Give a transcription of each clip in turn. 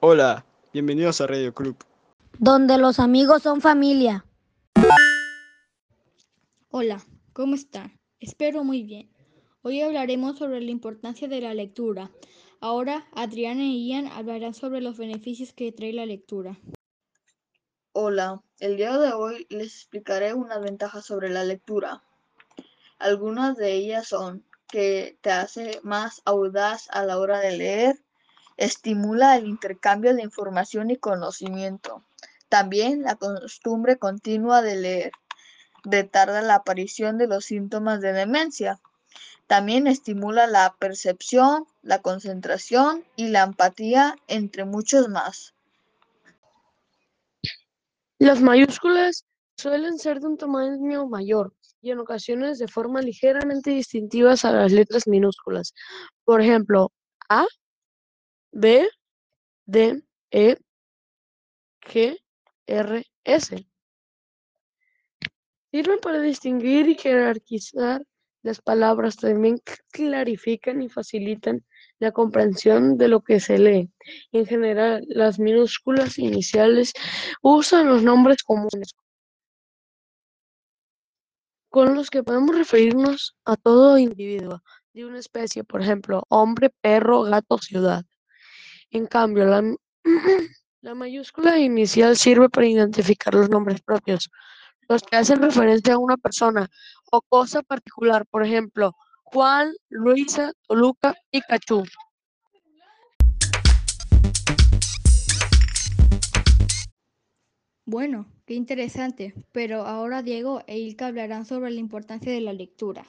Hola, bienvenidos a Radio Club. Donde los amigos son familia. Hola, ¿cómo están? Espero muy bien. Hoy hablaremos sobre la importancia de la lectura. Ahora Adriana y Ian hablarán sobre los beneficios que trae la lectura. Hola, el día de hoy les explicaré unas ventajas sobre la lectura. Algunas de ellas son que te hace más audaz a la hora de leer, estimula el intercambio de información y conocimiento. También la costumbre continua de leer retarda la aparición de los síntomas de demencia. También estimula la percepción, la concentración y la empatía, entre muchos más. Las mayúsculas suelen ser de un tamaño mayor y en ocasiones de forma ligeramente distintivas a las letras minúsculas. Por ejemplo, A, B, D, E, G, R, S. Sirven para distinguir y jerarquizar las palabras, también clarifican y facilitan la comprensión de lo que se lee. En general, las minúsculas iniciales usan los nombres comunes con los que podemos referirnos a todo individuo de una especie, por ejemplo, hombre, perro, gato, ciudad. En cambio, la mayúscula inicial sirve para identificar los nombres propios, los que hacen referencia a una persona o cosa particular, por ejemplo, Juan, Luisa, Toluca, Pikachu. Bueno, qué interesante, pero ahora Diego e Ilka hablarán sobre la importancia de la lectura.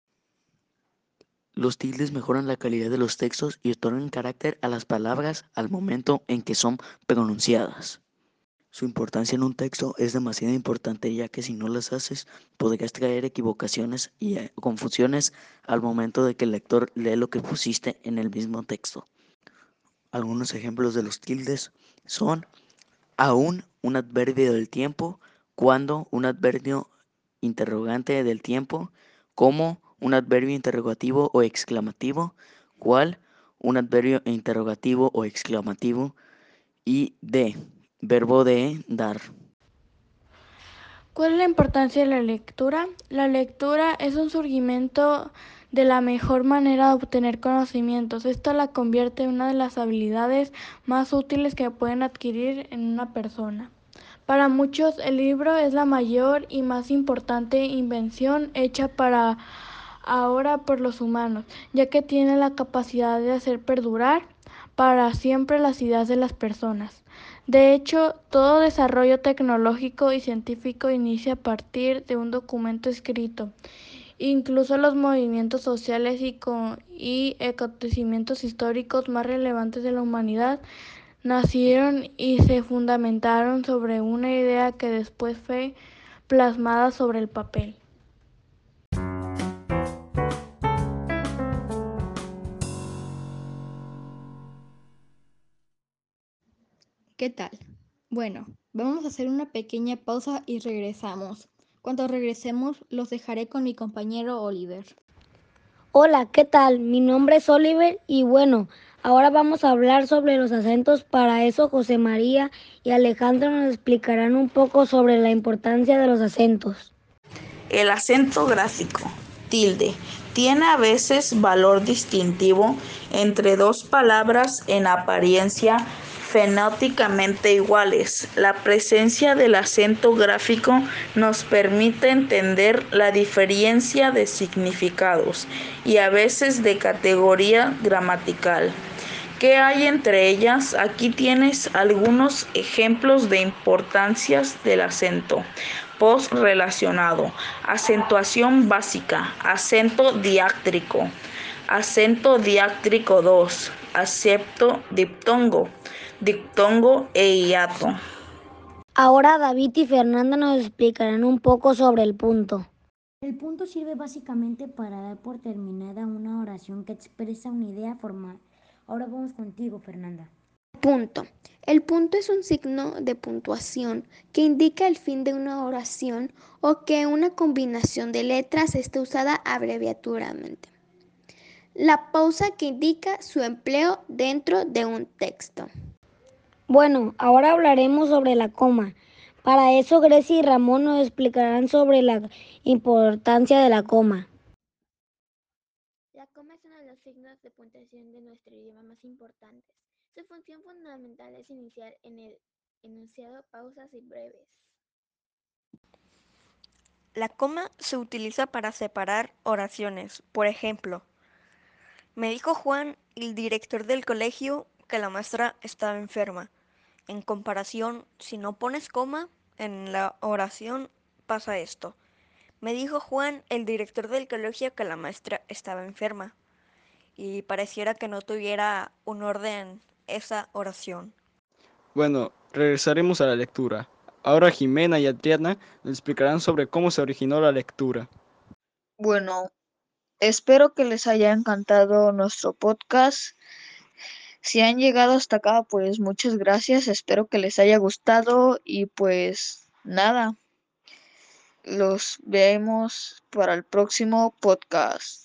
Los tildes mejoran la calidad de los textos y otorgan carácter a las palabras al momento en que son pronunciadas. Su importancia en un texto es demasiado importante, ya que si no las haces podrías traer equivocaciones y confusiones al momento de que el lector lee lo que pusiste en el mismo texto. Algunos ejemplos de los tildes son aún, un adverbio del tiempo, cuando, un adverbio interrogante del tiempo, como, un adverbio interrogativo o exclamativo, cuál, un adverbio interrogativo o exclamativo, y de, verbo de dar. ¿Cuál es la importancia de la lectura? La lectura es un surgimiento de la mejor manera de obtener conocimientos. Esto la convierte en una de las habilidades más útiles que pueden adquirir en una persona. Para muchos, el libro es la mayor y más importante invención hecha para ahora por los humanos, ya que tiene la capacidad de hacer perdurar para siempre las ideas de las personas. De hecho, todo desarrollo tecnológico y científico inicia a partir de un documento escrito. Incluso los movimientos sociales y acontecimientos históricos más relevantes de la humanidad nacieron y se fundamentaron sobre una idea que después fue plasmada sobre el papel. ¿Qué tal? Bueno, vamos a hacer una pequeña pausa y regresamos. Cuando regresemos, los dejaré con mi compañero Oliver. Hola, ¿qué tal? Mi nombre es Oliver y bueno, ahora vamos a hablar sobre los acentos. Para eso José María y Alejandro nos explicarán un poco sobre la importancia de los acentos. El acento gráfico, tilde, tiene a veces valor distintivo entre dos palabras en apariencia fenóticamente iguales. La presencia del acento gráfico nos permite entender la diferencia de significados y a veces de categoría gramatical. ¿Qué hay entre ellas? Aquí tienes algunos ejemplos de importancias del acento. Postrelacionado, acentuación básica, acento diácrico 2, acento diptongo, diptongo e hiato. Ahora David y Fernanda nos explicarán un poco sobre el punto. El punto sirve básicamente para dar por terminada una oración que expresa una idea formal. Ahora vamos contigo, Fernanda. Punto. El punto es un signo de puntuación que indica el fin de una oración o que una combinación de letras esté usada abreviaturamente. La pausa que indica su empleo dentro de un texto. Bueno, ahora hablaremos sobre la coma. Para eso Grecia y Ramón nos explicarán sobre la importancia de la coma. La coma es uno de los signos de puntuación de nuestro idioma más importantes. Su función fundamental es iniciar en el enunciado pausas y breves. La coma se utiliza para separar oraciones. Por ejemplo, me dijo Juan, el director del colegio, que la maestra estaba enferma. En comparación, si no pones coma en la oración, pasa esto. Me dijo Juan, el director del colegio, que la maestra estaba enferma. Y pareciera que no tuviera un orden esa oración. Bueno, regresaremos a la lectura. Ahora Jimena y Adriana nos explicarán sobre cómo se originó la lectura. Bueno, espero que les haya encantado nuestro podcast. Si han llegado hasta acá, pues muchas gracias. Espero que les haya gustado y pues nada, los vemos para el próximo podcast.